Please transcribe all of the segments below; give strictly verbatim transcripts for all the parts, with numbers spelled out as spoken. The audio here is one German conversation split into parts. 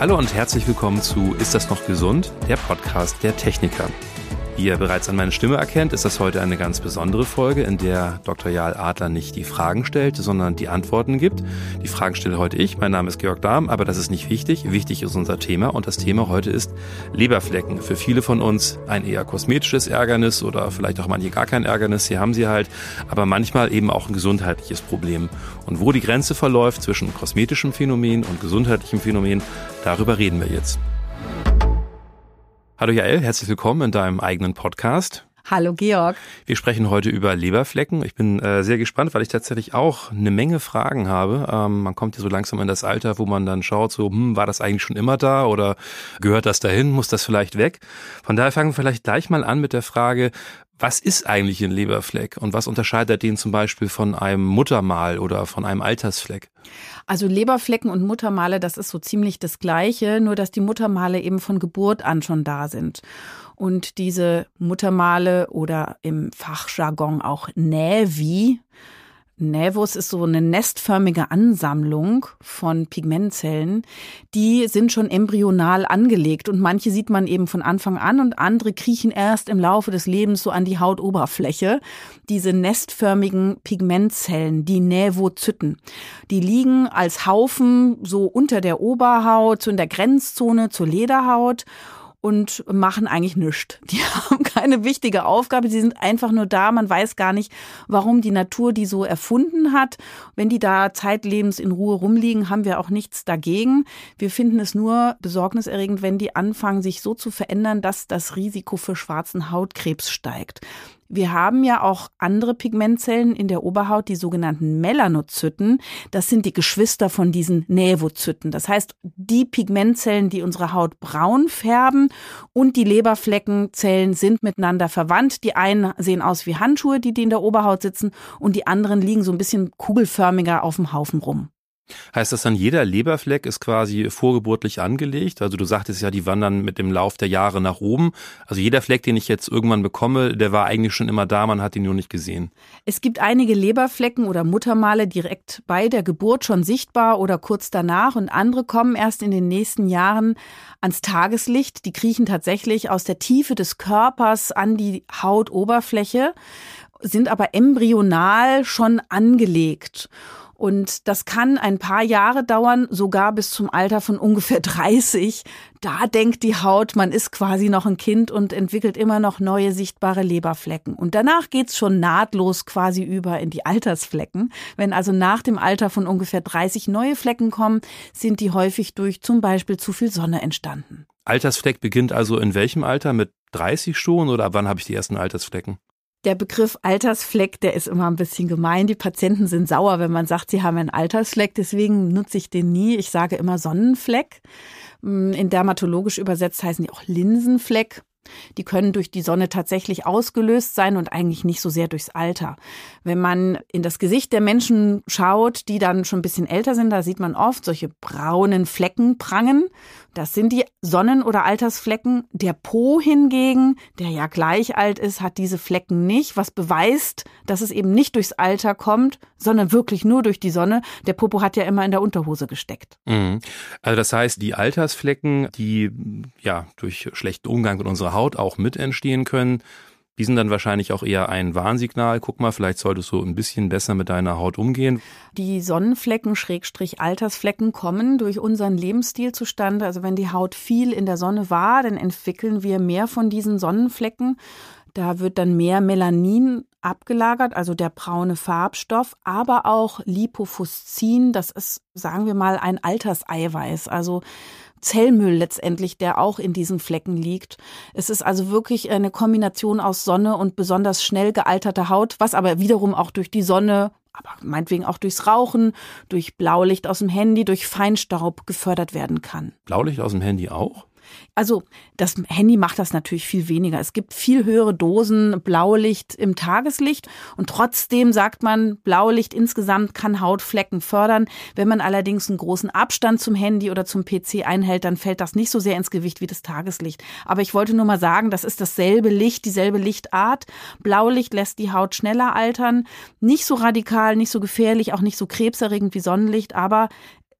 Hallo und herzlich willkommen zu Ist das noch gesund? Der Podcast der Techniker. Wie ihr bereits an meiner Stimme erkennt, ist das heute eine ganz besondere Folge, in der Doktor Jarl Adler nicht die Fragen stellt, sondern die Antworten gibt. Die Fragen stelle heute ich, mein Name ist Georg Dahm, aber das ist nicht wichtig. Wichtig ist unser Thema und das Thema heute ist Leberflecken. Für viele von uns ein eher kosmetisches Ärgernis oder vielleicht auch manche gar kein Ärgernis, hier haben sie halt, aber manchmal eben auch ein gesundheitliches Problem. Und wo die Grenze verläuft zwischen kosmetischem Phänomen und gesundheitlichem Phänomen, darüber reden wir jetzt. Hallo Jael, herzlich willkommen in deinem eigenen Podcast. Hallo Georg. Wir sprechen heute über Leberflecken. Ich bin äh, sehr gespannt, weil ich tatsächlich auch eine Menge Fragen habe. Ähm, man kommt ja so langsam in das Alter, wo man dann schaut, so, hm, war das eigentlich schon immer da oder gehört das dahin, muss das vielleicht weg? Von daher fangen wir vielleicht gleich mal an mit der Frage, was ist eigentlich ein Leberfleck und was unterscheidet den zum Beispiel von einem Muttermal oder von einem Altersfleck? Also Leberflecken und Muttermale, das ist so ziemlich das Gleiche, nur dass die Muttermale eben von Geburt an schon da sind. Und diese Muttermale oder im Fachjargon auch Nävi, Nävus ist so eine nestförmige Ansammlung von Pigmentzellen, die sind schon embryonal angelegt und manche sieht man eben von Anfang an und andere kriechen erst im Laufe des Lebens so an die Hautoberfläche. Diese nestförmigen Pigmentzellen, die Nävozyten, die liegen als Haufen so unter der Oberhaut, so in der Grenzzone zur Lederhaut und machen eigentlich nichts. Die haben keine wichtige Aufgabe, sie sind einfach nur da. Man weiß gar nicht, warum die Natur die so erfunden hat. Wenn die da zeitlebens in Ruhe rumliegen, haben wir auch nichts dagegen. Wir finden es nur besorgniserregend, wenn die anfangen, sich so zu verändern, dass das Risiko für schwarzen Hautkrebs steigt. Wir haben ja auch andere Pigmentzellen in der Oberhaut, die sogenannten Melanozyten. Das sind die Geschwister von diesen Nävozyten. Das heißt, die Pigmentzellen, die unsere Haut braun färben und die Leberfleckenzellen sind miteinander verwandt. Die einen sehen aus wie Handschuhe, die, die in der Oberhaut sitzen, und die anderen liegen so ein bisschen kugelförmiger auf dem Haufen rum. Heißt das dann, jeder Leberfleck ist quasi vorgeburtlich angelegt? Also du sagtest ja, die wandern mit dem Lauf der Jahre nach oben. Also jeder Fleck, den ich jetzt irgendwann bekomme, der war eigentlich schon immer da, man hat ihn nur nicht gesehen. Es gibt einige Leberflecken oder Muttermale direkt bei der Geburt schon sichtbar oder kurz danach und andere kommen erst in den nächsten Jahren ans Tageslicht. Die kriechen tatsächlich aus der Tiefe des Körpers an die Hautoberfläche, sind aber embryonal schon angelegt. Und das kann ein paar Jahre dauern, sogar bis zum Alter von ungefähr dreißig. Da denkt die Haut, man ist quasi noch ein Kind und entwickelt immer noch neue sichtbare Leberflecken. Und danach geht's schon nahtlos quasi über in die Altersflecken. Wenn also nach dem Alter von ungefähr dreißig neue Flecken kommen, sind die häufig durch zum Beispiel zu viel Sonne entstanden. Altersfleck beginnt also in welchem Alter? Mit dreißig schon oder ab wann habe ich die ersten Altersflecken? Der Begriff Altersfleck, der ist immer ein bisschen gemein. Die Patienten sind sauer, wenn man sagt, sie haben einen Altersfleck. Deswegen nutze ich den nie. Ich sage immer Sonnenfleck. In dermatologisch übersetzt heißen die auch Linsenfleck. Die können durch die Sonne tatsächlich ausgelöst sein und eigentlich nicht so sehr durchs Alter. Wenn man in das Gesicht der Menschen schaut, die dann schon ein bisschen älter sind, da sieht man oft solche braunen Flecken prangen. Das sind die Sonnen- oder Altersflecken. Der Po hingegen, der ja gleich alt ist, hat diese Flecken nicht, was beweist, dass es eben nicht durchs Alter kommt, sondern wirklich nur durch die Sonne. Der Popo hat ja immer in der Unterhose gesteckt. Mhm. Also das heißt, die Altersflecken, die ja durch schlechten Umgang mit unserer Haut auch mit entstehen können, die sind dann wahrscheinlich auch eher ein Warnsignal. Guck mal, vielleicht solltest du ein bisschen besser mit deiner Haut umgehen. Die Sonnenflecken, Schrägstrich Altersflecken, kommen durch unseren Lebensstil zustande. Also wenn die Haut viel in der Sonne war, dann entwickeln wir mehr von diesen Sonnenflecken. Da wird dann mehr Melanin abgelagert, also der braune Farbstoff, aber auch Lipofuscin, das ist, sagen wir mal, ein Alterseiweiß, also Zellmüll letztendlich, der auch in diesen Flecken liegt. Es ist also wirklich eine Kombination aus Sonne und besonders schnell gealterter Haut, was aber wiederum auch durch die Sonne, aber meinetwegen auch durchs Rauchen, durch Blaulicht aus dem Handy, durch Feinstaub gefördert werden kann. Blaulicht aus dem Handy auch? Also das Handy macht das natürlich viel weniger. Es gibt viel höhere Dosen Blaulicht im Tageslicht und trotzdem sagt man, Blaulicht insgesamt kann Hautflecken fördern. Wenn man allerdings einen großen Abstand zum Handy oder zum P C einhält, dann fällt das nicht so sehr ins Gewicht wie das Tageslicht. Aber ich wollte nur mal sagen, das ist dasselbe Licht, dieselbe Lichtart. Blaulicht lässt die Haut schneller altern, nicht so radikal, nicht so gefährlich, auch nicht so krebserregend wie Sonnenlicht, aber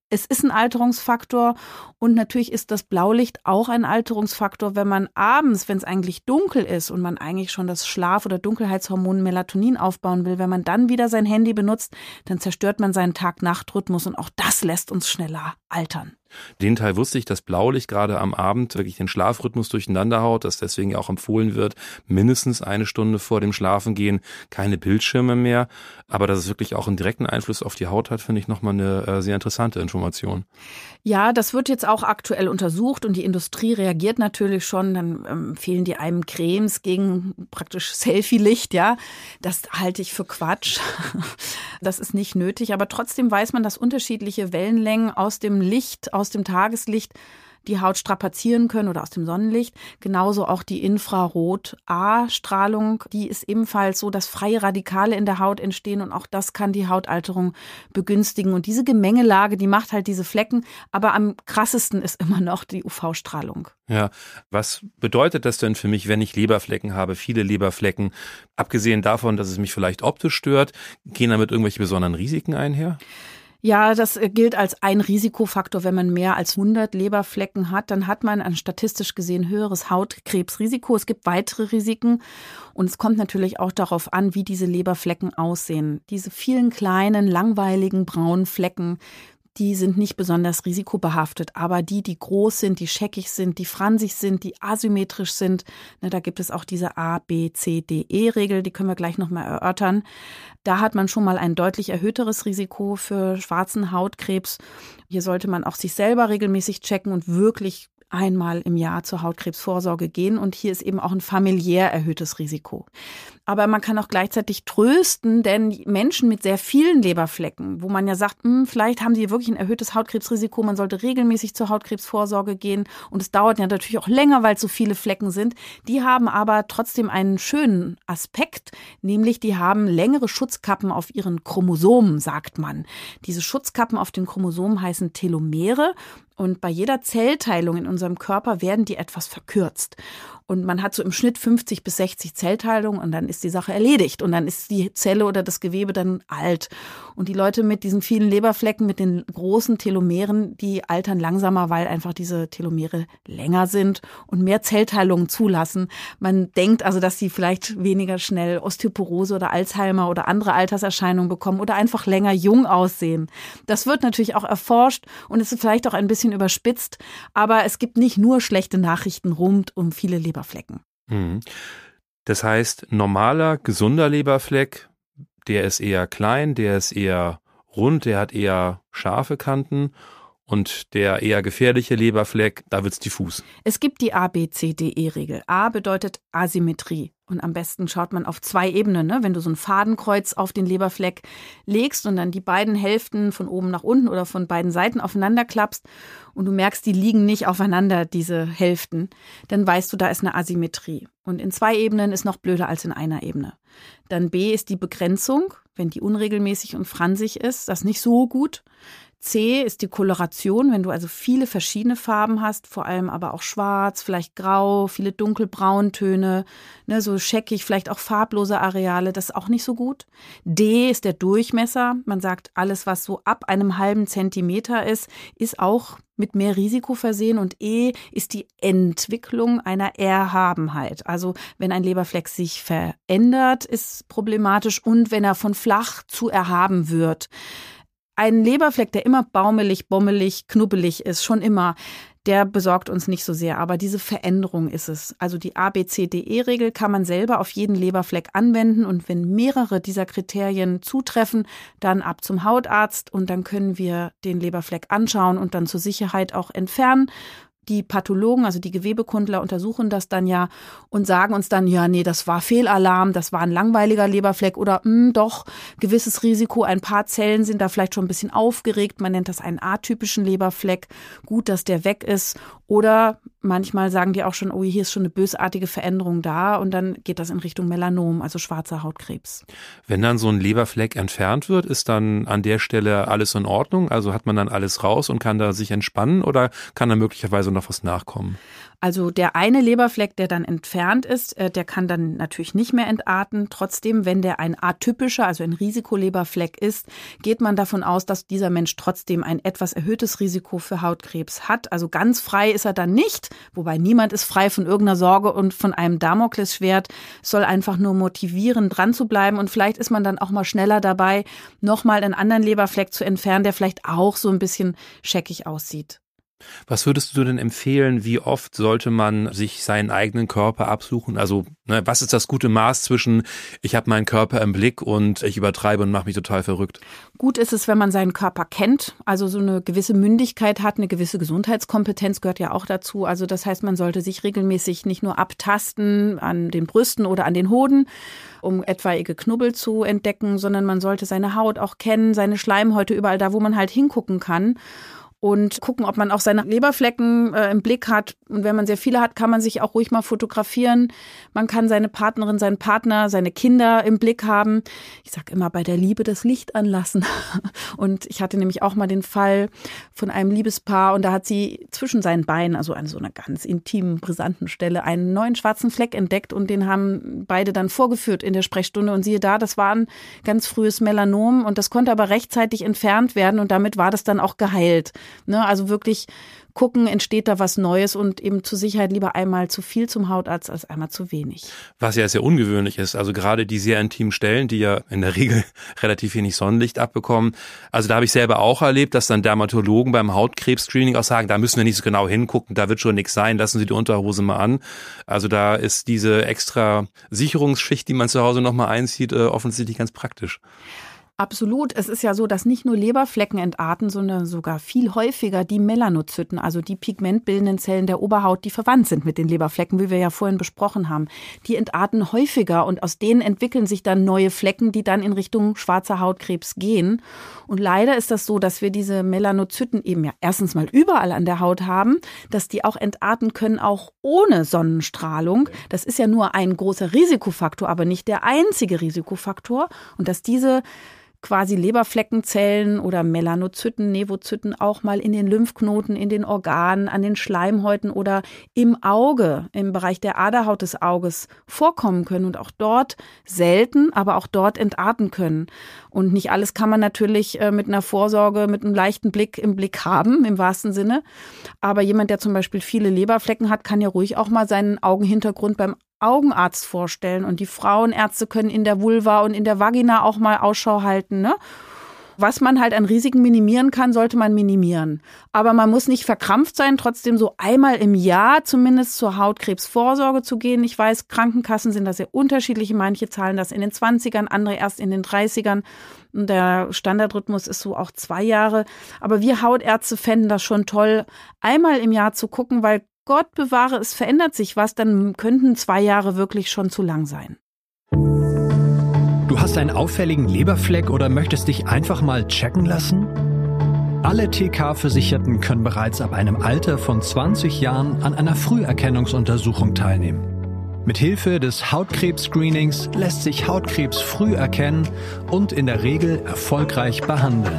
Es ist ein Alterungsfaktor und natürlich ist das Blaulicht auch ein Alterungsfaktor, wenn man abends, wenn es eigentlich dunkel ist und man eigentlich schon das Schlaf- oder Dunkelheitshormon Melatonin aufbauen will, wenn man dann wieder sein Handy benutzt, dann zerstört man seinen Tag-Nacht-Rhythmus und auch das lässt uns schneller altern. Den Teil wusste ich, dass Blaulicht gerade am Abend wirklich den Schlafrhythmus durcheinander haut, dass deswegen auch empfohlen wird, mindestens eine Stunde vor dem Schlafengehen keine Bildschirme mehr. Aber dass es wirklich auch einen direkten Einfluss auf die Haut hat, finde ich nochmal eine äh, sehr interessante Information. Ja, das wird jetzt auch aktuell untersucht und die Industrie reagiert natürlich schon. Dann ähm, empfehlen die einem Cremes gegen praktisch Selfie-Licht, ja. Das halte ich für Quatsch. Das ist nicht nötig. Aber trotzdem weiß man, dass unterschiedliche Wellenlängen aus dem Licht, aus dem Tageslicht die Haut strapazieren können oder aus dem Sonnenlicht. Genauso auch die Infrarot-A-Strahlung, die ist ebenfalls so, dass freie Radikale in der Haut entstehen und auch das kann die Hautalterung begünstigen. Und diese Gemengelage, die macht halt diese Flecken, aber am krassesten ist immer noch die U V-Strahlung. Ja, was bedeutet das denn für mich, wenn ich Leberflecken habe, viele Leberflecken? Abgesehen davon, dass es mich vielleicht optisch stört, gehen damit irgendwelche besonderen Risiken einher? Ja, das gilt als ein Risikofaktor. Wenn man mehr als hundert Leberflecken hat, dann hat man ein statistisch gesehen höheres Hautkrebsrisiko. Es gibt weitere Risiken und es kommt natürlich auch darauf an, wie diese Leberflecken aussehen. Diese vielen kleinen, langweiligen braunen Flecken, die sind nicht besonders risikobehaftet, aber die, die groß sind, die scheckig sind, die fransig sind, die asymmetrisch sind, ne, da gibt es auch diese A, B, C, D, E-Regel, die können wir gleich nochmal erörtern. Da hat man schon mal ein deutlich erhöhteres Risiko für schwarzen Hautkrebs. Hier sollte man auch sich selber regelmäßig checken und wirklich einmal im Jahr zur Hautkrebsvorsorge gehen. Und hier ist eben auch ein familiär erhöhtes Risiko. Aber man kann auch gleichzeitig trösten, denn Menschen mit sehr vielen Leberflecken, wo man ja sagt, mh, vielleicht haben die wirklich ein erhöhtes Hautkrebsrisiko, man sollte regelmäßig zur Hautkrebsvorsorge gehen. Und es dauert ja natürlich auch länger, weil es so viele Flecken sind. Die haben aber trotzdem einen schönen Aspekt, nämlich die haben längere Schutzkappen auf ihren Chromosomen, sagt man. Diese Schutzkappen auf den Chromosomen heißen Telomere. Und bei jeder Zellteilung in unserem Körper werden die etwas verkürzt. Und man hat so im Schnitt fünfzig bis sechzig Zellteilungen und dann ist die Sache erledigt. Und dann ist die Zelle oder das Gewebe dann alt. Und die Leute mit diesen vielen Leberflecken, mit den großen Telomeren, die altern langsamer, weil einfach diese Telomere länger sind und mehr Zellteilungen zulassen. Man denkt also, dass sie vielleicht weniger schnell Osteoporose oder Alzheimer oder andere Alterserscheinungen bekommen oder einfach länger jung aussehen. Das wird natürlich auch erforscht und ist vielleicht auch ein bisschen überspitzt. Aber es gibt nicht nur schlechte Nachrichten rund um viele Leberflecken. Leberflecken. Das heißt, normaler, gesunder Leberfleck, der ist eher klein, der ist eher rund, der hat eher scharfe Kanten und der eher gefährliche Leberfleck, da wird's diffus. Es gibt die A B C D E-Regel. A bedeutet Asymmetrie. Und am besten schaut man auf zwei Ebenen, ne? Wenn du so ein Fadenkreuz auf den Leberfleck legst und dann die beiden Hälften von oben nach unten oder von beiden Seiten aufeinander klappst und du merkst, die liegen nicht aufeinander, diese Hälften, dann weißt du, da ist eine Asymmetrie. Und in zwei Ebenen ist noch blöder als in einer Ebene. Dann B ist die Begrenzung, wenn die unregelmäßig und fransig ist, das ist nicht so gut. C ist die Koloration, wenn du also viele verschiedene Farben hast, vor allem aber auch schwarz, vielleicht grau, viele dunkelbrauntöne, ne, so scheckig, vielleicht auch farblose Areale, das ist auch nicht so gut. D ist der Durchmesser, man sagt, alles, was so ab einem halben Zentimeter ist, ist auch mit mehr Risiko versehen. Und E ist die Entwicklung einer Erhabenheit. Also wenn ein Leberfleck sich verändert, ist problematisch und wenn er von flach zu erhaben wird. Ein Leberfleck, der immer baumelig, bommelig, knubbelig ist, schon immer, der besorgt uns nicht so sehr. Aber diese Veränderung ist es. Also die A B C D E-Regel kann man selber auf jeden Leberfleck anwenden. Und wenn mehrere dieser Kriterien zutreffen, dann ab zum Hautarzt. Und dann können wir den Leberfleck anschauen und dann zur Sicherheit auch entfernen. Die Pathologen, also die Gewebekundler, untersuchen das dann ja und sagen uns dann, ja, nee, das war Fehlalarm, das war ein langweiliger Leberfleck oder mh, doch, gewisses Risiko, ein paar Zellen sind da vielleicht schon ein bisschen aufgeregt, man nennt das einen atypischen Leberfleck, gut, dass der weg ist. Oder manchmal sagen die auch schon, oh, hier ist schon eine bösartige Veränderung da und dann geht das in Richtung Melanom, also schwarzer Hautkrebs. Wenn dann so ein Leberfleck entfernt wird, ist dann an der Stelle alles in Ordnung? Also hat man dann alles raus und kann da sich entspannen oder kann da möglicherweise noch was nachkommen? Also der eine Leberfleck, der dann entfernt ist, der kann dann natürlich nicht mehr entarten. Trotzdem, wenn der ein atypischer, also ein Risikoleberfleck ist, geht man davon aus, dass dieser Mensch trotzdem ein etwas erhöhtes Risiko für Hautkrebs hat. Also ganz frei ist er dann nicht, wobei niemand ist frei von irgendeiner Sorge und von einem Damoklesschwert. Es soll einfach nur motivieren, dran zu bleiben, und vielleicht ist man dann auch mal schneller dabei, nochmal einen anderen Leberfleck zu entfernen, der vielleicht auch so ein bisschen scheckig aussieht. Was würdest du denn empfehlen, wie oft sollte man sich seinen eigenen Körper absuchen? Also ne, was ist das gute Maß zwischen ich habe meinen Körper im Blick und ich übertreibe und mache mich total verrückt? Gut ist es, wenn man seinen Körper kennt, also so eine gewisse Mündigkeit hat, eine gewisse Gesundheitskompetenz gehört ja auch dazu. Also das heißt, man sollte sich regelmäßig nicht nur abtasten an den Brüsten oder an den Hoden, um etwaige Knubbel zu entdecken, sondern man sollte seine Haut auch kennen, seine Schleimhäute überall da, wo man halt hingucken kann. Und gucken, ob man auch seine Leberflecken äh, im Blick hat. Und wenn man sehr viele hat, kann man sich auch ruhig mal fotografieren. Man kann seine Partnerin, seinen Partner, seine Kinder im Blick haben. Ich sage immer, bei der Liebe das Licht anlassen. Und ich hatte nämlich auch mal den Fall von einem Liebespaar, und da hat sie zwischen seinen Beinen, also an so einer ganz intimen, brisanten Stelle, einen neuen schwarzen Fleck entdeckt, und den haben beide dann vorgeführt in der Sprechstunde. Und siehe da, das war ein ganz frühes Melanom, und das konnte aber rechtzeitig entfernt werden, und damit war das dann auch geheilt. Ne, also wirklich gucken, entsteht da was Neues, und eben zur Sicherheit lieber einmal zu viel zum Hautarzt als einmal zu wenig. Was ja sehr ungewöhnlich ist, also gerade die sehr intimen Stellen, die ja in der Regel relativ wenig Sonnenlicht abbekommen. Also da habe ich selber auch erlebt, dass dann Dermatologen beim Hautkrebs-Screening auch sagen, da müssen wir nicht so genau hingucken, da wird schon nichts sein, lassen Sie die Unterhose mal an. Also da ist diese extra Sicherungsschicht, die man zu Hause nochmal einzieht, offensichtlich ganz praktisch. Absolut. Es ist ja so, dass nicht nur Leberflecken entarten, sondern sogar viel häufiger die Melanozyten, also die pigmentbildenden Zellen der Oberhaut, die verwandt sind mit den Leberflecken, wie wir ja vorhin besprochen haben. Die entarten häufiger, und aus denen entwickeln sich dann neue Flecken, die dann in Richtung schwarzer Hautkrebs gehen. Und leider ist das so, dass wir diese Melanozyten eben ja erstens mal überall an der Haut haben, dass die auch entarten können, auch ohne Sonnenstrahlung. Das ist ja nur ein großer Risikofaktor, aber nicht der einzige Risikofaktor. Und dass diese quasi Leberfleckenzellen oder Melanozyten, Nevozyten auch mal in den Lymphknoten, in den Organen, an den Schleimhäuten oder im Auge, im Bereich der Aderhaut des Auges vorkommen können und auch dort selten, aber auch dort entarten können. Und nicht alles kann man natürlich mit einer Vorsorge, mit einem leichten Blick im Blick haben, im wahrsten Sinne. Aber jemand, der zum Beispiel viele Leberflecken hat, kann ja ruhig auch mal seinen Augenhintergrund beim Augenarzt vorstellen, und die Frauenärzte können in der Vulva und in der Vagina auch mal Ausschau halten, ne? Was man halt an Risiken minimieren kann, sollte man minimieren. Aber man muss nicht verkrampft sein, trotzdem so einmal im Jahr zumindest zur Hautkrebsvorsorge zu gehen. Ich weiß, Krankenkassen sind da sehr unterschiedlich. Manche zahlen das in den zwanzigern, andere erst in den dreißigern. Der Standardrhythmus ist so auch zwei Jahre. Aber wir Hautärzte fänden das schon toll, einmal im Jahr zu gucken, weil Gott bewahre, es verändert sich was, dann könnten zwei Jahre wirklich schon zu lang sein. Du hast einen auffälligen Leberfleck oder möchtest dich einfach mal checken lassen? Alle T K-Versicherten können bereits ab einem Alter von zwanzig Jahren an einer Früherkennungsuntersuchung teilnehmen. Mithilfe des Hautkrebs-Screenings lässt sich Hautkrebs früh erkennen und in der Regel erfolgreich behandeln.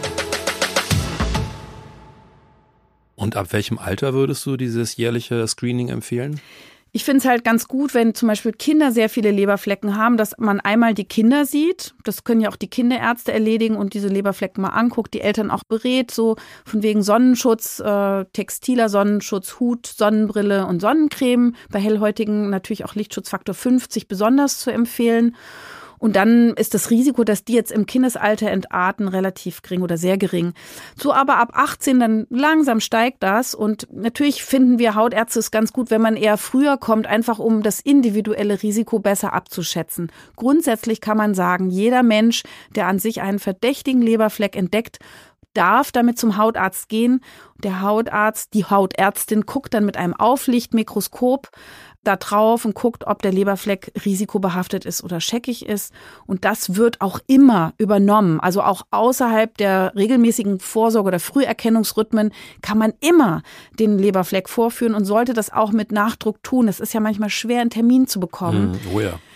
Und ab welchem Alter würdest du dieses jährliche Screening empfehlen? Ich finde es halt ganz gut, wenn zum Beispiel Kinder sehr viele Leberflecken haben, dass man einmal die Kinder sieht. Das können ja auch die Kinderärzte erledigen und diese Leberflecken mal anguckt, die Eltern auch berät, so von wegen Sonnenschutz, äh, textiler Sonnenschutz, Hut, Sonnenbrille und Sonnencreme. Bei Hellhäutigen natürlich auch Lichtschutzfaktor fünfzig besonders zu empfehlen. Und dann ist das Risiko, dass die jetzt im Kindesalter entarten, relativ gering oder sehr gering. So aber ab achtzehn, dann langsam steigt das. Und natürlich finden wir Hautärzte es ganz gut, wenn man eher früher kommt, einfach um das individuelle Risiko besser abzuschätzen. Grundsätzlich kann man sagen, jeder Mensch, der an sich einen verdächtigen Leberfleck entdeckt, darf damit zum Hautarzt gehen. Der Hautarzt, die Hautärztin guckt dann mit einem Auflichtmikroskop da drauf und guckt, ob der Leberfleck risikobehaftet ist oder scheckig ist. Und das wird auch immer übernommen. Also auch außerhalb der regelmäßigen Vorsorge oder Früherkennungsrhythmen kann man immer den Leberfleck vorführen und sollte das auch mit Nachdruck tun. Es ist ja manchmal schwer, einen Termin zu bekommen. Oh ja.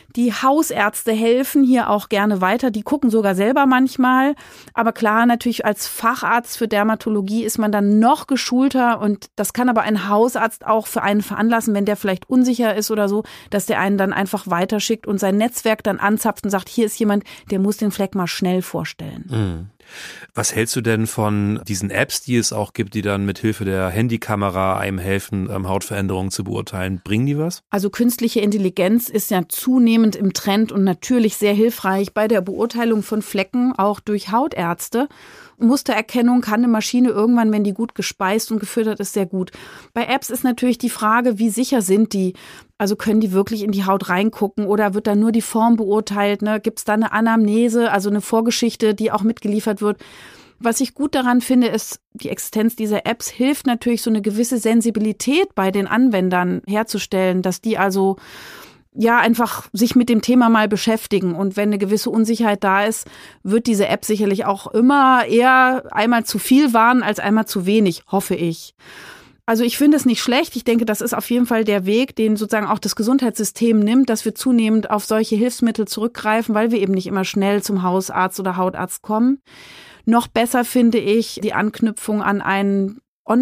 Die Hausärzte helfen hier auch gerne weiter. Die gucken sogar selber manchmal. Aber klar, natürlich als Facharzt für Dermatologie ist man dann noch geschulter. Und das kann aber ein Hausarzt auch für einen veranlassen, wenn der vielleicht unsicher ist oder so, dass der einen dann einfach weiterschickt und sein Netzwerk dann anzapft und sagt, hier ist jemand, der muss den Fleck mal schnell vorstellen. Mhm. Was hältst du denn von diesen Apps, die es auch gibt, die dann mit Hilfe der Handykamera einem helfen, Hautveränderungen zu beurteilen? Bringen die was? Also künstliche Intelligenz ist ja zunehmend im Trend und natürlich sehr hilfreich bei der Beurteilung von Flecken, auch durch Hautärzte. Mustererkennung kann eine Maschine irgendwann, wenn die gut gespeist und gefüttert ist, sehr gut. Bei Apps ist natürlich die Frage, wie sicher sind die? Also können die wirklich in die Haut reingucken oder wird da nur die Form beurteilt? Ne? Gibt es da eine Anamnese, also eine Vorgeschichte, die auch mitgeliefert wird? Was ich gut daran finde, ist, die Existenz dieser Apps hilft natürlich, so eine gewisse Sensibilität bei den Anwendern herzustellen, dass die also ja einfach sich mit dem Thema mal beschäftigen. Und wenn eine gewisse Unsicherheit da ist, wird diese App sicherlich auch immer eher einmal zu viel warnen als einmal zu wenig, hoffe ich. Also ich finde es nicht schlecht. Ich denke, das ist auf jeden Fall der Weg, den sozusagen auch das Gesundheitssystem nimmt, dass wir zunehmend auf solche Hilfsmittel zurückgreifen, weil wir eben nicht immer schnell zum Hausarzt oder Hautarzt kommen. Noch besser finde ich die Anknüpfung an ein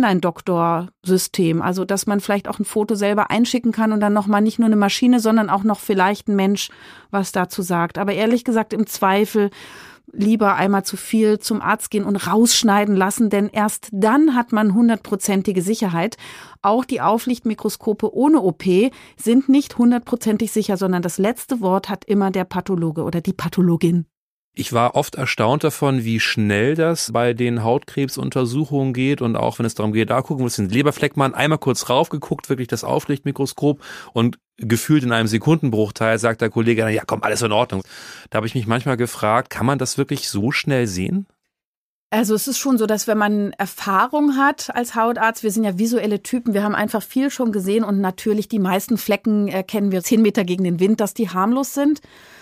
Online-Doktor-System, also dass man vielleicht auch ein Foto selber einschicken kann und dann nochmal nicht nur eine Maschine, sondern auch noch vielleicht ein Mensch was dazu sagt. Aber ehrlich gesagt im Zweifel lieber einmal zu viel zum Arzt gehen und rausschneiden lassen, denn erst dann hat man hundertprozentige Sicherheit. Auch die Auflichtmikroskope ohne O P sind nicht hundertprozentig sicher, sondern das letzte Wort hat immer der Pathologe oder die Pathologin. Ich war oft erstaunt davon, wie schnell das bei den Hautkrebsuntersuchungen geht und auch wenn es darum geht, da gucken wir uns den Leberfleck mal an, einmal kurz raufgeguckt, wirklich das Auflichtmikroskop und gefühlt in einem Sekundenbruchteil sagt der Kollege, ja komm, alles in Ordnung. Da habe ich mich manchmal gefragt, kann man das wirklich so schnell sehen? Also es ist schon so, dass wenn man Erfahrung hat als Hautarzt, wir sind ja visuelle Typen, wir haben einfach viel schon gesehen und natürlich die meisten Flecken erkennen wir zehn Meter gegen den Wind, dass die harmlos sind.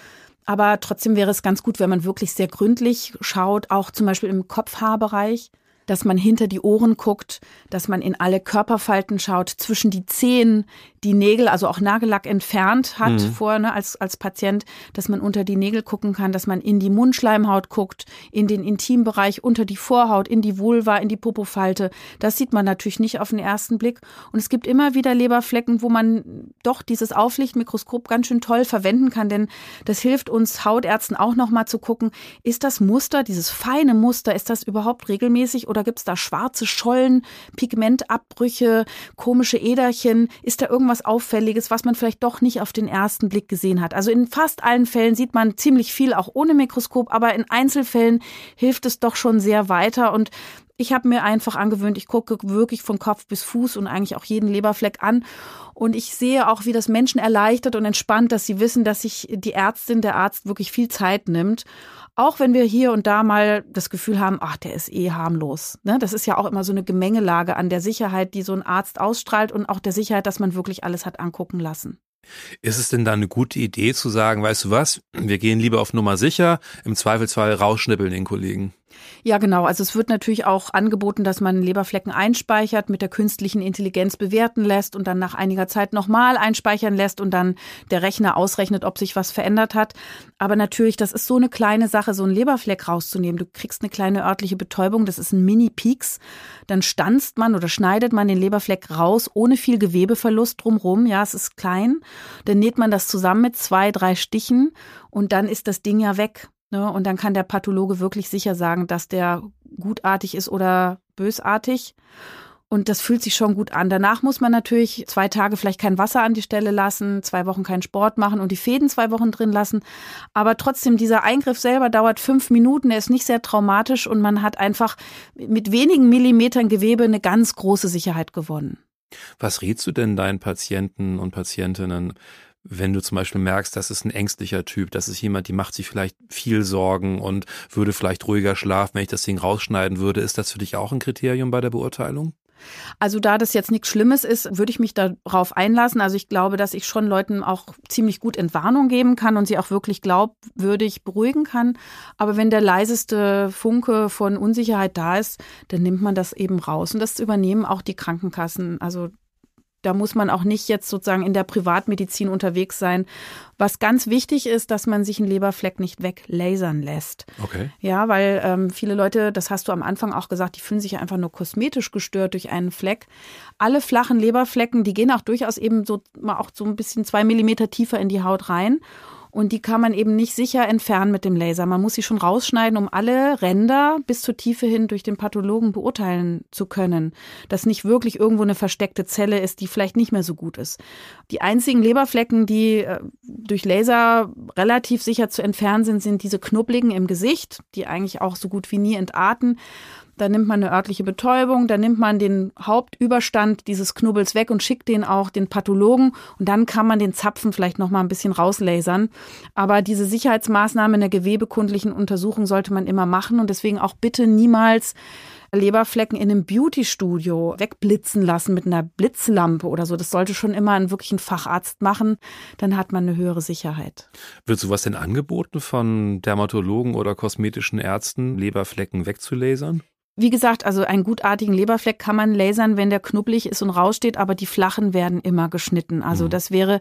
Aber trotzdem wäre es ganz gut, wenn man wirklich sehr gründlich schaut, auch zum Beispiel im Kopfhaarbereich, dass man hinter die Ohren guckt, dass man in alle Körperfalten schaut, zwischen die Zehen, die Nägel, also auch Nagellack entfernt hat mhm. vorher ne, als, als Patient, dass man unter die Nägel gucken kann, dass man in die Mundschleimhaut guckt, in den Intimbereich, unter die Vorhaut, in die Vulva, in die Popofalte. Das sieht man natürlich nicht auf den ersten Blick. Und es gibt immer wieder Leberflecken, wo man doch dieses Auflichtmikroskop ganz schön toll verwenden kann, denn das hilft uns Hautärzten auch nochmal zu gucken, ist das Muster, dieses feine Muster, ist das überhaupt regelmäßig oder gibt es da schwarze Schollen, Pigmentabbrüche, komische Äderchen, ist da irgendwas Auffälliges, was man vielleicht doch nicht auf den ersten Blick gesehen hat. Also in fast allen Fällen sieht man ziemlich viel, auch ohne Mikroskop, aber in Einzelfällen hilft es doch schon sehr weiter. Und ich habe mir einfach angewöhnt, ich gucke wirklich von Kopf bis Fuß und eigentlich auch jeden Leberfleck an. Und ich sehe auch, wie das Menschen erleichtert und entspannt, dass sie wissen, dass sich die Ärztin, der Arzt wirklich viel Zeit nimmt. Auch wenn wir hier und da mal das Gefühl haben, ach, der ist eh harmlos. Ne? Das ist ja auch immer so eine Gemengelage an der Sicherheit, die so ein Arzt ausstrahlt und auch der Sicherheit, dass man wirklich alles hat angucken lassen. Ist es denn da eine gute Idee zu sagen, weißt du was, wir gehen lieber auf Nummer sicher, im Zweifelsfall rausschnippeln den Kollegen? Ja, genau. Also es wird natürlich auch angeboten, dass man Leberflecken einspeichert, mit der künstlichen Intelligenz bewerten lässt und dann nach einiger Zeit nochmal einspeichern lässt und dann der Rechner ausrechnet, ob sich was verändert hat. Aber natürlich, das ist so eine kleine Sache, so einen Leberfleck rauszunehmen. Du kriegst eine kleine örtliche Betäubung, das ist ein Mini-Pieks. Dann stanzt man oder schneidet man den Leberfleck raus, ohne viel Gewebeverlust drumherum. Ja, es ist klein. Dann näht man das zusammen mit zwei, drei Stichen und dann ist das Ding ja weg. Ne? Und dann kann der Pathologe wirklich sicher sagen, dass der gutartig ist oder bösartig. Und das fühlt sich schon gut an. Danach muss man natürlich zwei Tage vielleicht kein Wasser an die Stelle lassen, zwei Wochen keinen Sport machen und die Fäden zwei Wochen drin lassen. Aber trotzdem, dieser Eingriff selber dauert fünf Minuten. Er ist nicht sehr traumatisch und man hat einfach mit wenigen Millimetern Gewebe eine ganz große Sicherheit gewonnen. Was rätst du denn deinen Patienten und Patientinnen, wenn du zum Beispiel merkst, das ist ein ängstlicher Typ, das ist jemand, die macht sich vielleicht viel Sorgen und würde vielleicht ruhiger schlafen, wenn ich das Ding rausschneiden würde. Ist das für dich auch ein Kriterium bei der Beurteilung? Also da das jetzt nichts Schlimmes ist, würde ich mich darauf einlassen. Also ich glaube, dass ich schon Leuten auch ziemlich gut Entwarnung geben kann und sie auch wirklich glaubwürdig beruhigen kann. Aber wenn der leiseste Funke von Unsicherheit da ist, dann nimmt man das eben raus. Und das übernehmen auch die Krankenkassen. Also da muss man auch nicht jetzt sozusagen in der Privatmedizin unterwegs sein. Was ganz wichtig ist, dass man sich einen Leberfleck nicht weglasern lässt. Okay. Ja, weil ähm, viele Leute, das hast du am Anfang auch gesagt, die fühlen sich einfach nur kosmetisch gestört durch einen Fleck. Alle flachen Leberflecken, die gehen auch durchaus eben so mal auch so ein bisschen zwei Millimeter tiefer in die Haut rein. Und die kann man eben nicht sicher entfernen mit dem Laser. Man muss sie schon rausschneiden, um alle Ränder bis zur Tiefe hin durch den Pathologen beurteilen zu können. Dass nicht wirklich irgendwo eine versteckte Zelle ist, die vielleicht nicht mehr so gut ist. Die einzigen Leberflecken, die äh, durch Laser relativ sicher zu entfernen sind, sind diese Knubbligen im Gesicht, die eigentlich auch so gut wie nie entarten. Da nimmt man eine örtliche Betäubung, da nimmt man den Hauptüberstand dieses Knubbels weg und schickt den auch den Pathologen und dann kann man den Zapfen vielleicht noch mal ein bisschen rauslasern. Aber diese Sicherheitsmaßnahme in der gewebekundlichen Untersuchung sollte man immer machen und deswegen auch bitte niemals Leberflecken in einem Beautystudio wegblitzen lassen mit einer Blitzlampe oder so. Das sollte schon immer ein wirklich ein Facharzt machen, dann hat man eine höhere Sicherheit. Wird sowas denn angeboten von Dermatologen oder kosmetischen Ärzten, Leberflecken wegzulasern? Wie gesagt, also einen gutartigen Leberfleck kann man lasern, wenn der knubbelig ist und raussteht, aber die flachen werden immer geschnitten. Also mhm. das wäre,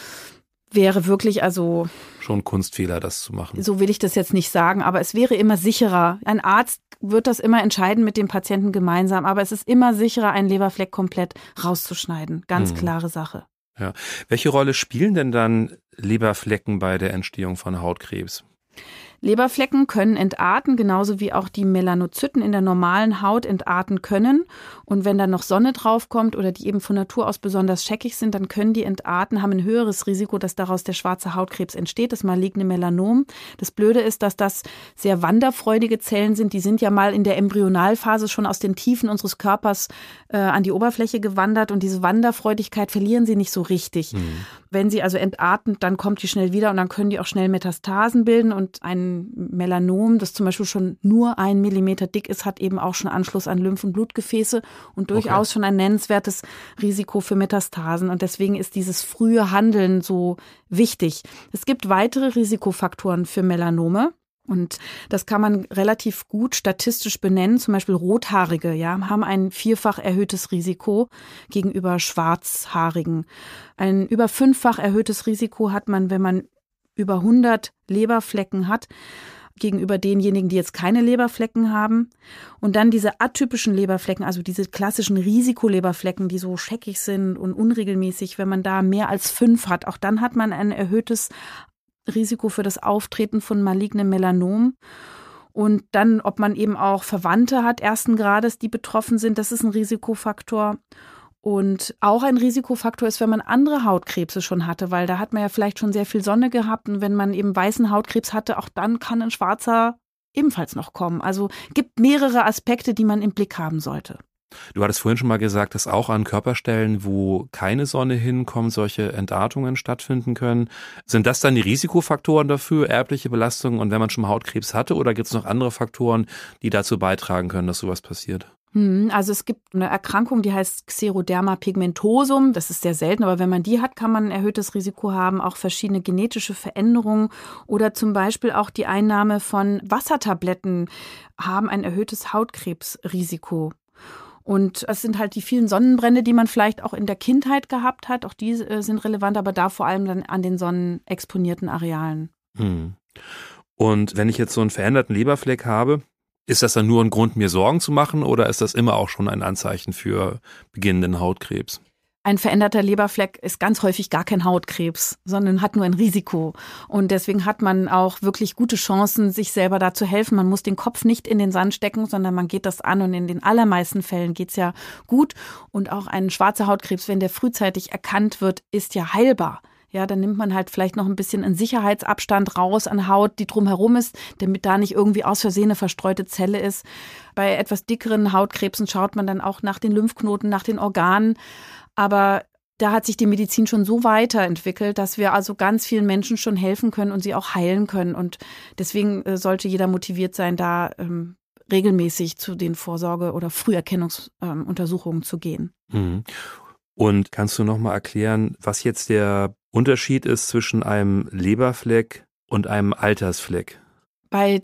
wäre wirklich, also... Schon ein Kunstfehler, das zu machen. So will ich das jetzt nicht sagen, aber es wäre immer sicherer. Ein Arzt wird das immer entscheiden mit dem Patienten gemeinsam, aber es ist immer sicherer, einen Leberfleck komplett rauszuschneiden. Ganz mhm. klare Sache. Ja. Welche Rolle spielen denn dann Leberflecken bei der Entstehung von Hautkrebs? Leberflecken können entarten, genauso wie auch die Melanozyten in der normalen Haut entarten können. Und wenn dann noch Sonne draufkommt oder die eben von Natur aus besonders scheckig sind, dann können die entarten, haben ein höheres Risiko, dass daraus der schwarze Hautkrebs entsteht, das maligne Melanom. Das Blöde ist, dass das sehr wanderfreudige Zellen sind. Die sind ja mal in der Embryonalphase schon aus den Tiefen unseres Körpers äh, an die Oberfläche gewandert. Und diese Wanderfreudigkeit verlieren sie nicht so richtig. Mhm. Wenn sie also entarten, dann kommt die schnell wieder und dann können die auch schnell Metastasen bilden. Und ein Melanom, das zum Beispiel schon nur ein Millimeter dick ist, hat eben auch schon Anschluss an Lymph- und Blutgefäße und durchaus okay. schon ein nennenswertes Risiko für Metastasen. Und deswegen ist dieses frühe Handeln so wichtig. Es gibt weitere Risikofaktoren für Melanome. Und das kann man relativ gut statistisch benennen. Zum Beispiel Rothaarige, ja, haben ein vierfach erhöhtes Risiko gegenüber Schwarzhaarigen. Ein über fünffach erhöhtes Risiko hat man, wenn man über hundert Leberflecken hat, gegenüber denjenigen, die jetzt keine Leberflecken haben. Und dann diese atypischen Leberflecken, also diese klassischen Risikoleberflecken, die so scheckig sind und unregelmäßig, wenn man da mehr als fünf hat, auch dann hat man ein erhöhtes Risiko für das Auftreten von malignem Melanom. Und dann, ob man eben auch Verwandte hat, ersten Grades, die betroffen sind, das ist ein Risikofaktor. Und auch ein Risikofaktor ist, wenn man andere Hautkrebse schon hatte, weil da hat man ja vielleicht schon sehr viel Sonne gehabt. Und wenn man eben weißen Hautkrebs hatte, auch dann kann ein schwarzer ebenfalls noch kommen. Also gibt mehrere Aspekte, die man im Blick haben sollte. Du hattest vorhin schon mal gesagt, dass auch an Körperstellen, wo keine Sonne hinkommt, solche Entartungen stattfinden können. Sind das dann die Risikofaktoren dafür, erbliche Belastungen und wenn man schon mal Hautkrebs hatte? Oder gibt es noch andere Faktoren, die dazu beitragen können, dass sowas passiert? Also es gibt eine Erkrankung, die heißt Xeroderma pigmentosum. Das ist sehr selten, aber wenn man die hat, kann man ein erhöhtes Risiko haben. Auch verschiedene genetische Veränderungen oder zum Beispiel auch die Einnahme von Wassertabletten haben ein erhöhtes Hautkrebsrisiko. Und es sind halt die vielen Sonnenbrände, die man vielleicht auch in der Kindheit gehabt hat. Auch die äh, sind relevant, aber da vor allem dann an den sonnenexponierten Arealen. Hm. Und wenn ich jetzt so einen veränderten Leberfleck habe, ist das dann nur ein Grund, mir Sorgen zu machen oder ist das immer auch schon ein Anzeichen für beginnenden Hautkrebs? Ein veränderter Leberfleck ist ganz häufig gar kein Hautkrebs, sondern hat nur ein Risiko. Und deswegen hat man auch wirklich gute Chancen, sich selber da zu helfen. Man muss den Kopf nicht in den Sand stecken, sondern man geht das an. Und in den allermeisten Fällen geht's ja gut. Und auch ein schwarzer Hautkrebs, wenn der frühzeitig erkannt wird, ist ja heilbar. Ja, dann nimmt man halt vielleicht noch ein bisschen einen Sicherheitsabstand raus an Haut, die drumherum ist, damit da nicht irgendwie aus Versehen eine verstreute Zelle ist. Bei etwas dickeren Hautkrebsen schaut man dann auch nach den Lymphknoten, nach den Organen. Aber da hat sich die Medizin schon so weiterentwickelt, dass wir also ganz vielen Menschen schon helfen können und sie auch heilen können. Und deswegen sollte jeder motiviert sein, da ähm, regelmäßig zu den Vorsorge- oder Früherkennungsuntersuchungen ähm, zu gehen. Mhm. Und kannst du noch mal erklären, was jetzt der Unterschied ist zwischen einem Leberfleck und einem Altersfleck? Bei den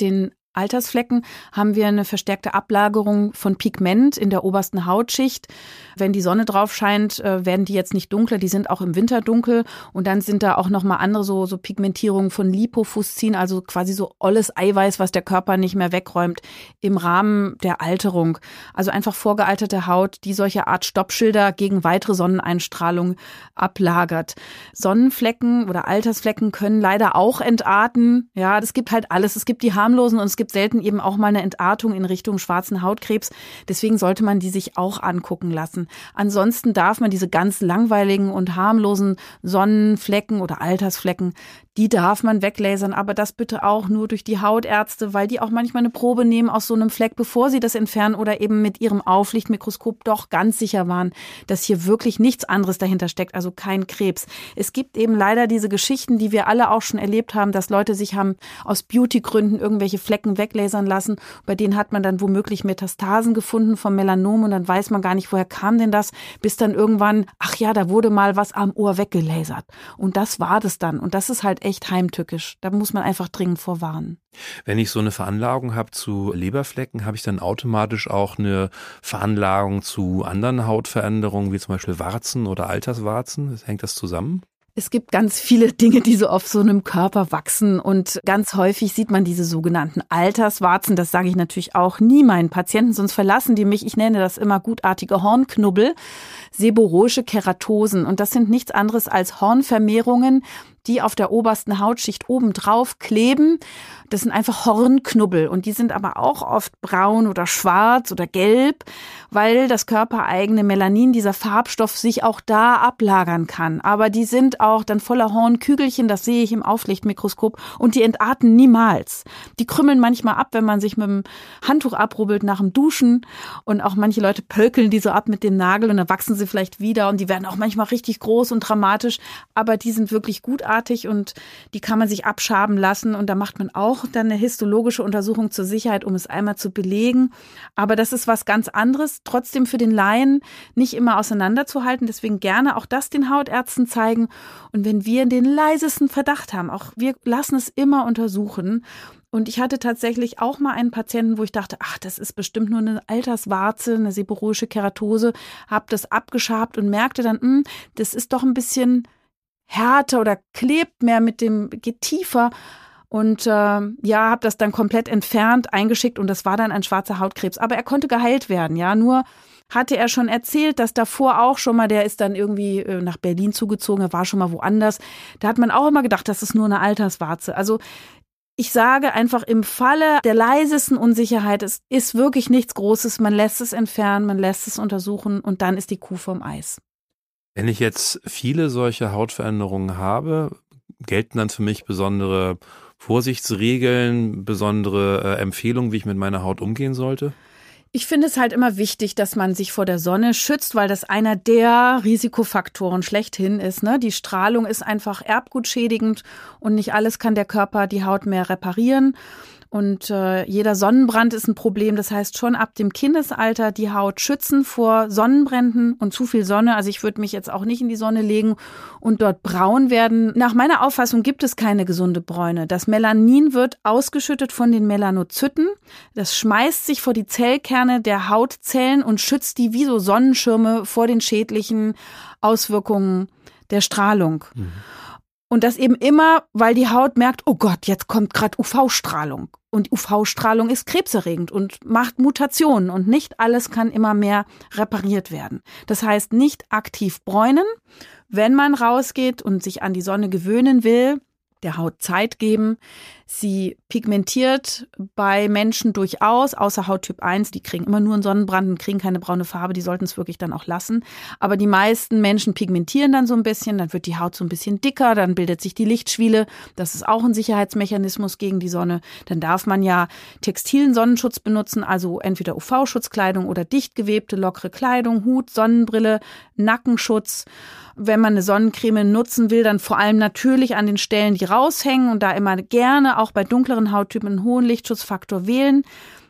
Altersflecken haben wir eine verstärkte Ablagerung von Pigment in der obersten Hautschicht. Wenn die Sonne drauf scheint, werden die jetzt nicht dunkler, die sind auch im Winter dunkel. Und dann sind da auch nochmal andere so, so Pigmentierungen von Lipofuscin, also quasi so olles Eiweiß, was der Körper nicht mehr wegräumt, im Rahmen der Alterung. Also einfach vorgealterte Haut, die solche Art Stoppschilder gegen weitere Sonneneinstrahlung ablagert. Sonnenflecken oder Altersflecken können leider auch entarten. Ja, es gibt halt alles. Es gibt die harmlosen und es gibt selten eben auch mal eine Entartung in Richtung schwarzen Hautkrebs. Deswegen sollte man die sich auch angucken lassen. Ansonsten darf man diese ganz langweiligen und harmlosen Sonnenflecken oder Altersflecken, die darf man weglasern, aber das bitte auch nur durch die Hautärzte, weil die auch manchmal eine Probe nehmen aus so einem Fleck, bevor sie das entfernen oder eben mit ihrem Auflichtmikroskop doch ganz sicher waren, dass hier wirklich nichts anderes dahinter steckt, also kein Krebs. Es gibt eben leider diese Geschichten, die wir alle auch schon erlebt haben, dass Leute sich haben aus Beautygründen irgendwelche Flecken weglasern lassen. Bei denen hat man dann womöglich Metastasen gefunden vom Melanom und dann weiß man gar nicht, woher kam denn das, bis dann irgendwann, ach ja, da wurde mal was am Ohr weggelasert. Und das war das dann. Und das ist halt echt heimtückisch. Da muss man einfach dringend vorwarnen. Wenn ich so eine Veranlagung habe zu Leberflecken, habe ich dann automatisch auch eine Veranlagung zu anderen Hautveränderungen, wie zum Beispiel Warzen oder Alterswarzen? Hängt das zusammen? Es gibt ganz viele Dinge, die so auf so einem Körper wachsen und ganz häufig sieht man diese sogenannten Alterswarzen. Das sage ich natürlich auch nie meinen Patienten, sonst verlassen die mich. Ich nenne das immer gutartige Hornknubbel, seborrhoische Keratosen und das sind nichts anderes als Hornvermehrungen, die auf der obersten Hautschicht oben drauf kleben. Das sind einfach Hornknubbel und die sind aber auch oft braun oder schwarz oder gelb, weil das körpereigene Melanin, dieser Farbstoff, sich auch da ablagern kann. Aber die sind auch dann voller Hornkügelchen, das sehe ich im Auflichtmikroskop und die entarten niemals. Die krümmeln manchmal ab, wenn man sich mit dem Handtuch abrubbelt nach dem Duschen und auch manche Leute pölkeln die so ab mit dem Nagel und dann wachsen sie vielleicht wieder und die werden auch manchmal richtig groß und dramatisch, aber die sind wirklich gutartig und die kann man sich abschaben lassen und da macht man auch dann eine histologische Untersuchung zur Sicherheit, um es einmal zu belegen. Aber das ist was ganz anderes, trotzdem für den Laien nicht immer auseinanderzuhalten. Deswegen gerne auch das den Hautärzten zeigen. Und wenn wir den leisesten Verdacht haben, auch wir lassen es immer untersuchen. Und ich hatte tatsächlich auch mal einen Patienten, wo ich dachte, ach, das ist bestimmt nur eine Alterswarze, eine seborrhoische Keratose, habe das abgeschabt und merkte dann, mh, das ist doch ein bisschen härter oder klebt mehr mit dem, geht tiefer. Und äh, ja, habe das dann komplett entfernt, eingeschickt und das war dann ein schwarzer Hautkrebs. Aber er konnte geheilt werden, ja. Nur hatte er schon erzählt, dass davor auch schon mal, der ist dann irgendwie äh, nach Berlin zugezogen, er war schon mal woanders. Da hat man auch immer gedacht, das ist nur eine Alterswarze. Also ich sage einfach im Falle der leisesten Unsicherheit, es ist wirklich nichts Großes. Man lässt es entfernen, man lässt es untersuchen und dann ist die Kuh vom Eis. Wenn ich jetzt viele solche Hautveränderungen habe, gelten dann für mich besondere Vorsichtsregeln, besondere äh, Empfehlungen, wie ich mit meiner Haut umgehen sollte? Ich finde es halt immer wichtig, dass man sich vor der Sonne schützt, weil das einer der Risikofaktoren schlechthin ist. Ne? Die Strahlung ist einfach erbgutschädigend und nicht alles kann der Körper, die Haut mehr reparieren. Und äh, jeder Sonnenbrand ist ein Problem. Das heißt, schon ab dem Kindesalter die Haut schützen vor Sonnenbränden und zu viel Sonne. Also ich würde mich jetzt auch nicht in die Sonne legen und dort braun werden. Nach meiner Auffassung gibt es keine gesunde Bräune. Das Melanin wird ausgeschüttet von den Melanozyten. Das schmeißt sich vor die Zellkerne der Hautzellen und schützt die wie so Sonnenschirme vor den schädlichen Auswirkungen der Strahlung. Mhm. Und das eben immer, weil die Haut merkt, oh Gott, jetzt kommt gerade U V-Strahlung. Und U V-Strahlung ist krebserregend und macht Mutationen. Und nicht alles kann immer mehr repariert werden. Das heißt, nicht aktiv bräunen, wenn man rausgeht und sich an die Sonne gewöhnen will, der Haut Zeit geben. Sie pigmentiert bei Menschen durchaus, außer Hauttyp eins, die kriegen immer nur einen Sonnenbrand und kriegen keine braune Farbe, die sollten es wirklich dann auch lassen. Aber die meisten Menschen pigmentieren dann so ein bisschen, dann wird die Haut so ein bisschen dicker, dann bildet sich die Lichtschwiele. Das ist auch ein Sicherheitsmechanismus gegen die Sonne. Dann darf man ja textilen Sonnenschutz benutzen, also entweder U V-Schutzkleidung oder dicht gewebte, lockere Kleidung, Hut, Sonnenbrille, Nackenschutz. Wenn man eine Sonnencreme nutzen will, dann vor allem natürlich an den Stellen, die raushängen und da immer gerne auch bei dunkleren Hauttypen einen hohen Lichtschutzfaktor wählen.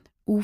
U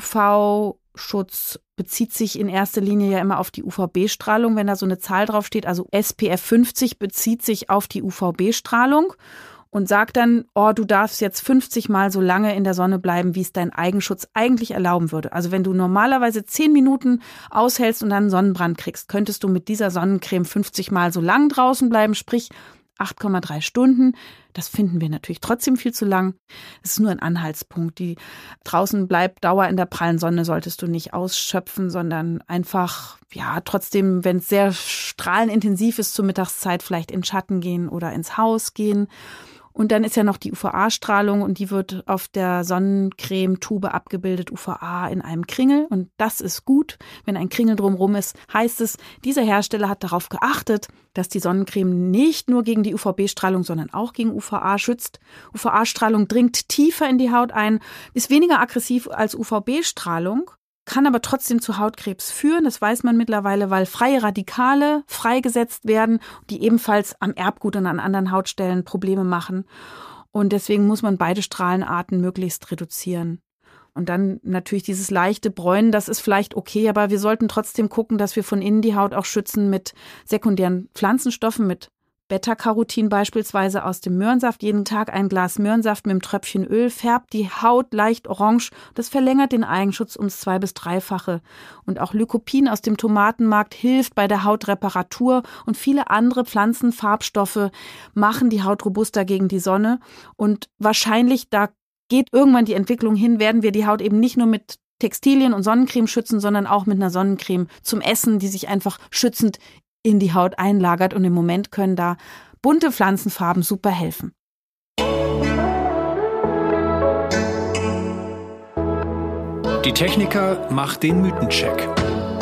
V-Schutz bezieht sich in erster Linie ja immer auf die U V B-Strahlung, wenn da so eine Zahl draufsteht. Also S P F fünfzig bezieht sich auf die U V B-Strahlung. und sagt dann, oh, du darfst jetzt fünfzig Mal so lange in der Sonne bleiben, wie es dein Eigenschutz eigentlich erlauben würde. Also wenn du normalerweise zehn Minuten aushältst und dann einen Sonnenbrand kriegst, könntest du mit dieser Sonnencreme fünfzig Mal so lang draußen bleiben, sprich acht Komma drei Stunden. Das finden wir natürlich trotzdem viel zu lang. Es ist nur ein Anhaltspunkt. Die draußen bleibt Dauer in der prallen Sonne solltest du nicht ausschöpfen, sondern einfach, ja, trotzdem, wenn es sehr strahlenintensiv ist zur Mittagszeit, vielleicht in Schatten gehen oder ins Haus gehen. Und dann ist ja noch die U V A-Strahlung und die wird auf der Sonnencremetube abgebildet, U V A in einem Kringel. Und das ist gut. Wenn ein Kringel drumherum ist, heißt es, dieser Hersteller hat darauf geachtet, dass die Sonnencreme nicht nur gegen die U V B-Strahlung, sondern auch gegen U V A schützt. U V A-Strahlung dringt tiefer in die Haut ein, ist weniger aggressiv als U V B-Strahlung. Kann aber trotzdem zu Hautkrebs führen. Das weiß man mittlerweile, weil freie Radikale freigesetzt werden, die ebenfalls am Erbgut und an anderen Hautstellen Probleme machen. Und deswegen muss man beide Strahlenarten möglichst reduzieren. Und dann natürlich dieses leichte Bräunen, das ist vielleicht okay, aber wir sollten trotzdem gucken, dass wir von innen die Haut auch schützen mit sekundären Pflanzenstoffen, mit Beta-Carotin beispielsweise aus dem Möhrensaft. Jeden Tag ein Glas Möhrensaft mit einem Tröpfchen Öl färbt die Haut leicht orange. Das verlängert den Eigenschutz ums zwei- bis dreifache. Und auch Lycopin aus dem Tomatenmark hilft bei der Hautreparatur. Und viele andere Pflanzenfarbstoffe machen die Haut robuster gegen die Sonne. Und wahrscheinlich, da geht irgendwann die Entwicklung hin, werden wir die Haut eben nicht nur mit Textilien und Sonnencreme schützen, sondern auch mit einer Sonnencreme zum Essen, die sich einfach schützend in die Haut einlagert. Und im Moment können da bunte Pflanzenfarben super helfen. Die Techniker macht den Mythencheck.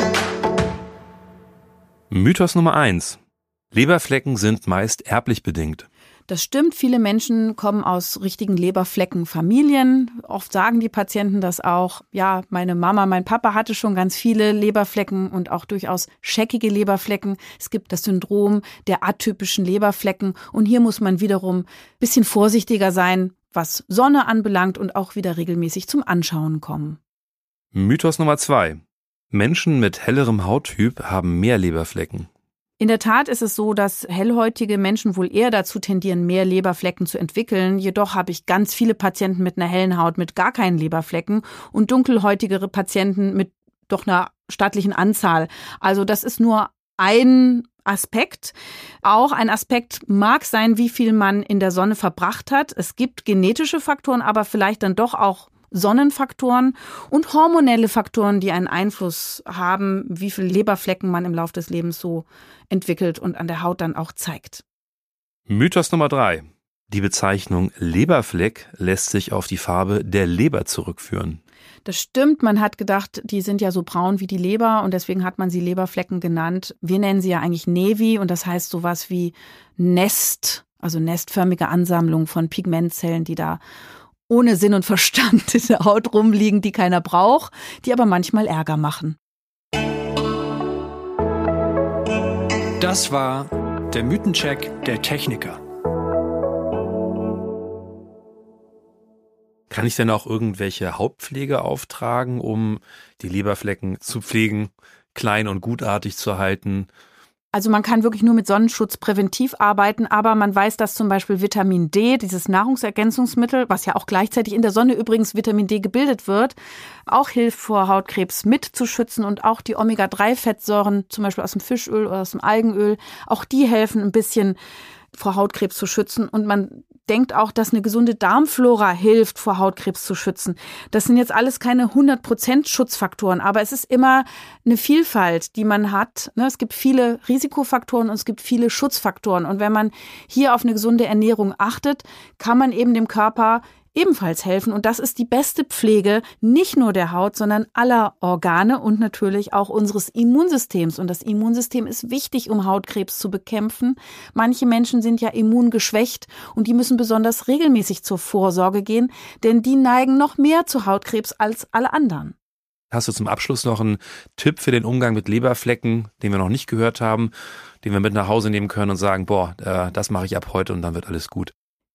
Mythos Nummer eins. Leberflecken sind meist erblich bedingt. Das stimmt, viele Menschen kommen aus richtigen Leberfleckenfamilien. Oft sagen die Patienten das auch. Ja, meine Mama, mein Papa hatte schon ganz viele Leberflecken und auch durchaus scheckige Leberflecken. Es gibt das Syndrom der atypischen Leberflecken und hier muss man wiederum ein bisschen vorsichtiger sein, was Sonne anbelangt und auch wieder regelmäßig zum Anschauen kommen. Mythos Nummer zwei. Menschen mit hellerem Hauttyp haben mehr Leberflecken. In der Tat ist es so, dass hellhäutige Menschen wohl eher dazu tendieren, mehr Leberflecken zu entwickeln. Jedoch habe ich ganz viele Patienten mit einer hellen Haut mit gar keinen Leberflecken und dunkelhäutigere Patienten mit doch einer stattlichen Anzahl. Also das ist nur ein Aspekt. Auch ein Aspekt mag sein, wie viel man in der Sonne verbracht hat. Es gibt genetische Faktoren, aber vielleicht dann doch auch Sonnenfaktoren und hormonelle Faktoren, die einen Einfluss haben, wie viele Leberflecken man im Laufe des Lebens so entwickelt und an der Haut dann auch zeigt. Mythos Nummer drei. Die Bezeichnung Leberfleck lässt sich auf die Farbe der Leber zurückführen. Das stimmt, man hat gedacht, die sind ja so braun wie die Leber und deswegen hat man sie Leberflecken genannt. Wir nennen sie ja eigentlich Nevi und das heißt sowas wie Nest, also nestförmige Ansammlung von Pigmentzellen, die da ohne Sinn und Verstand in der Haut rumliegen, die keiner braucht, die aber manchmal Ärger machen. Das war der Mythencheck der Techniker. Kann ich denn auch irgendwelche Hautpflege auftragen, um die Leberflecken zu pflegen, klein und gutartig zu halten? Also man kann wirklich nur mit Sonnenschutz präventiv arbeiten, aber man weiß, dass zum Beispiel Vitamin D, dieses Nahrungsergänzungsmittel, was ja auch gleichzeitig in der Sonne übrigens Vitamin D gebildet wird, auch hilft vor Hautkrebs mitzuschützen und auch die Omega drei Fettsäuren, zum Beispiel aus dem Fischöl oder aus dem Algenöl, auch die helfen ein bisschen vor Hautkrebs zu schützen und man denkt auch, dass eine gesunde Darmflora hilft, vor Hautkrebs zu schützen. Das sind jetzt alles keine hundert Prozent Schutzfaktoren, aber es ist immer eine Vielfalt, die man hat. Es gibt viele Risikofaktoren und es gibt viele Schutzfaktoren. Und wenn man hier auf eine gesunde Ernährung achtet, kann man eben dem Körper ebenfalls helfen. Und das ist die beste Pflege, nicht nur der Haut, sondern aller Organe und natürlich auch unseres Immunsystems. Und das Immunsystem ist wichtig, um Hautkrebs zu bekämpfen. Manche Menschen sind ja immungeschwächt und die müssen besonders regelmäßig zur Vorsorge gehen, denn die neigen noch mehr zu Hautkrebs als alle anderen. Hast du zum Abschluss noch einen Tipp für den Umgang mit Leberflecken, den wir noch nicht gehört haben, den wir mit nach Hause nehmen können und sagen, boah, das mache ich ab heute und dann wird alles gut?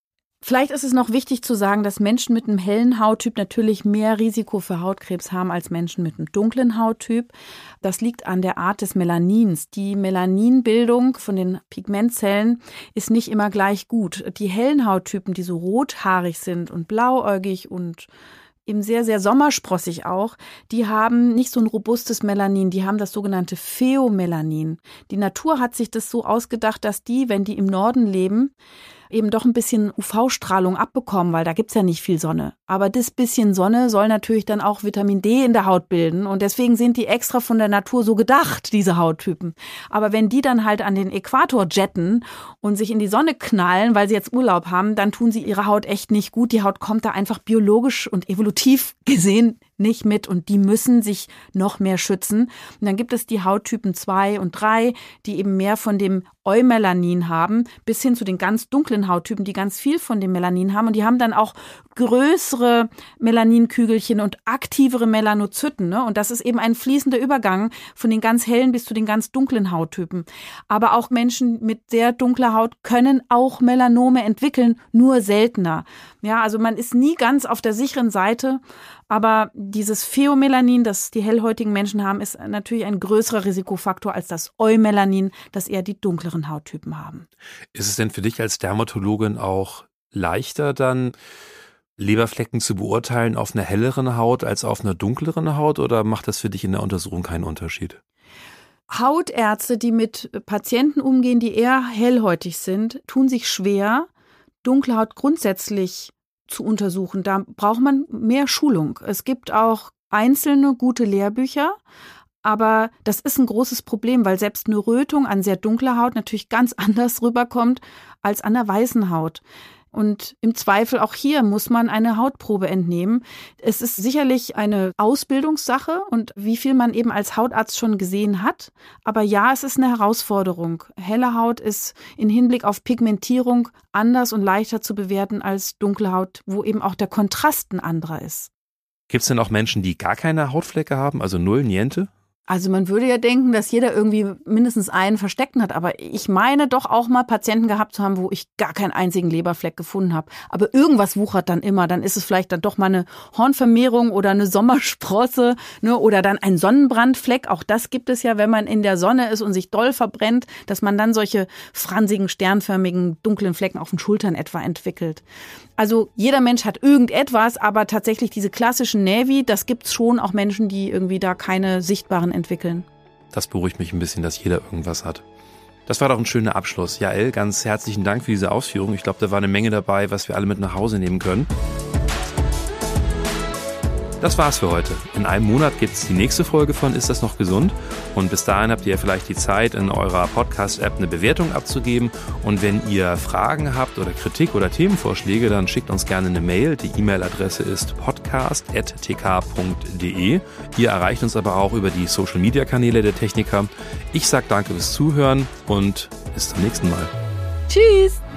Vielleicht ist es noch wichtig zu sagen, dass Menschen mit einem hellen Hauttyp natürlich mehr Risiko für Hautkrebs haben als Menschen mit einem dunklen Hauttyp. Das liegt an der Art des Melanins. Die Melaninbildung von den Pigmentzellen ist nicht immer gleich gut. Die hellen Hauttypen, die so rothaarig sind und blauäugig und eben sehr, sehr sommersprossig auch, die haben nicht so ein robustes Melanin, die haben das sogenannte Pheomelanin. Die Natur hat sich das so ausgedacht, dass die, wenn die im Norden leben, eben doch ein bisschen U V-Strahlung abbekommen, weil da gibt's ja nicht viel Sonne. Aber das bisschen Sonne soll natürlich dann auch Vitamin D in der Haut bilden und deswegen sind die extra von der Natur so gedacht, diese Hauttypen. Aber wenn die dann halt an den Äquator jetten und sich in die Sonne knallen, weil sie jetzt Urlaub haben, dann tun sie ihre Haut echt nicht gut. Die Haut kommt da einfach biologisch und evolutiv gesehen nicht mit und die müssen sich noch mehr schützen. Und dann gibt es die Hauttypen zwei und drei, die eben mehr von dem Eumelanin haben, bis hin zu den ganz dunklen Hauttypen, die ganz viel von dem Melanin haben und die haben dann auch größere Melaninkügelchen und aktivere Melanozyten, ne? Und das ist eben ein fließender Übergang von den ganz hellen bis zu den ganz dunklen Hauttypen. Aber auch Menschen mit sehr dunkler Haut können auch Melanome entwickeln, nur seltener. Ja, also man ist nie ganz auf der sicheren Seite, aber dieses Pheomelanin, das die hellhäutigen Menschen haben, ist natürlich ein größerer Risikofaktor als das Eumelanin, das eher die dunkleren Hauttypen haben. Ist es denn für dich als Dermatologin auch leichter, dann Leberflecken zu beurteilen auf einer helleren Haut als auf einer dunkleren Haut, oder macht das für dich in der Untersuchung keinen Unterschied? Hautärzte, die mit Patienten umgehen, die eher hellhäutig sind, tun sich schwer, dunkle Haut grundsätzlich zu untersuchen. Da braucht man mehr Schulung. Es gibt auch einzelne gute Lehrbücher, aber das ist ein großes Problem, weil selbst eine Rötung an sehr dunkler Haut natürlich ganz anders rüberkommt als an der weißen Haut. Und im Zweifel auch hier muss man eine Hautprobe entnehmen. Es ist sicherlich eine Ausbildungssache und wie viel man eben als Hautarzt schon gesehen hat. Aber ja, es ist eine Herausforderung. Helle Haut ist in Hinblick auf Pigmentierung anders und leichter zu bewerten als dunkle Haut, wo eben auch der Kontrast ein anderer ist. Gibt es denn auch Menschen, die gar keine Hautflecke haben, also null, niente? Also man würde ja denken, dass jeder irgendwie mindestens einen versteckten hat, aber ich meine doch auch mal Patienten gehabt zu haben, wo ich gar keinen einzigen Leberfleck gefunden habe. Aber irgendwas wuchert dann immer, dann ist es vielleicht dann doch mal eine Hornvermehrung oder eine Sommersprosse, ne, oder dann ein Sonnenbrandfleck. Auch das gibt es ja, wenn man in der Sonne ist und sich doll verbrennt, dass man dann solche fransigen, sternförmigen, dunklen Flecken auf den Schultern etwa entwickelt. Also jeder Mensch hat irgendetwas, aber tatsächlich diese klassischen Navy, das gibt's schon auch Menschen, die irgendwie da keine sichtbaren entwickeln. Das beruhigt mich ein bisschen, dass jeder irgendwas hat. Das war doch ein schöner Abschluss. Jael, ganz herzlichen Dank für diese Ausführung. Ich glaube, da war eine Menge dabei, was wir alle mit nach Hause nehmen können. Das war's für heute. In einem Monat gibt es die nächste Folge von Ist das noch gesund? Und bis dahin habt ihr vielleicht die Zeit, in eurer Podcast-App eine Bewertung abzugeben. Und wenn ihr Fragen habt oder Kritik oder Themenvorschläge, dann schickt uns gerne eine Mail. Die E-Mail-Adresse ist podcast at t k punkt d e. Ihr erreicht uns aber auch über die Social-Media-Kanäle der Techniker. Ich sage danke fürs Zuhören und bis zum nächsten Mal. Tschüss!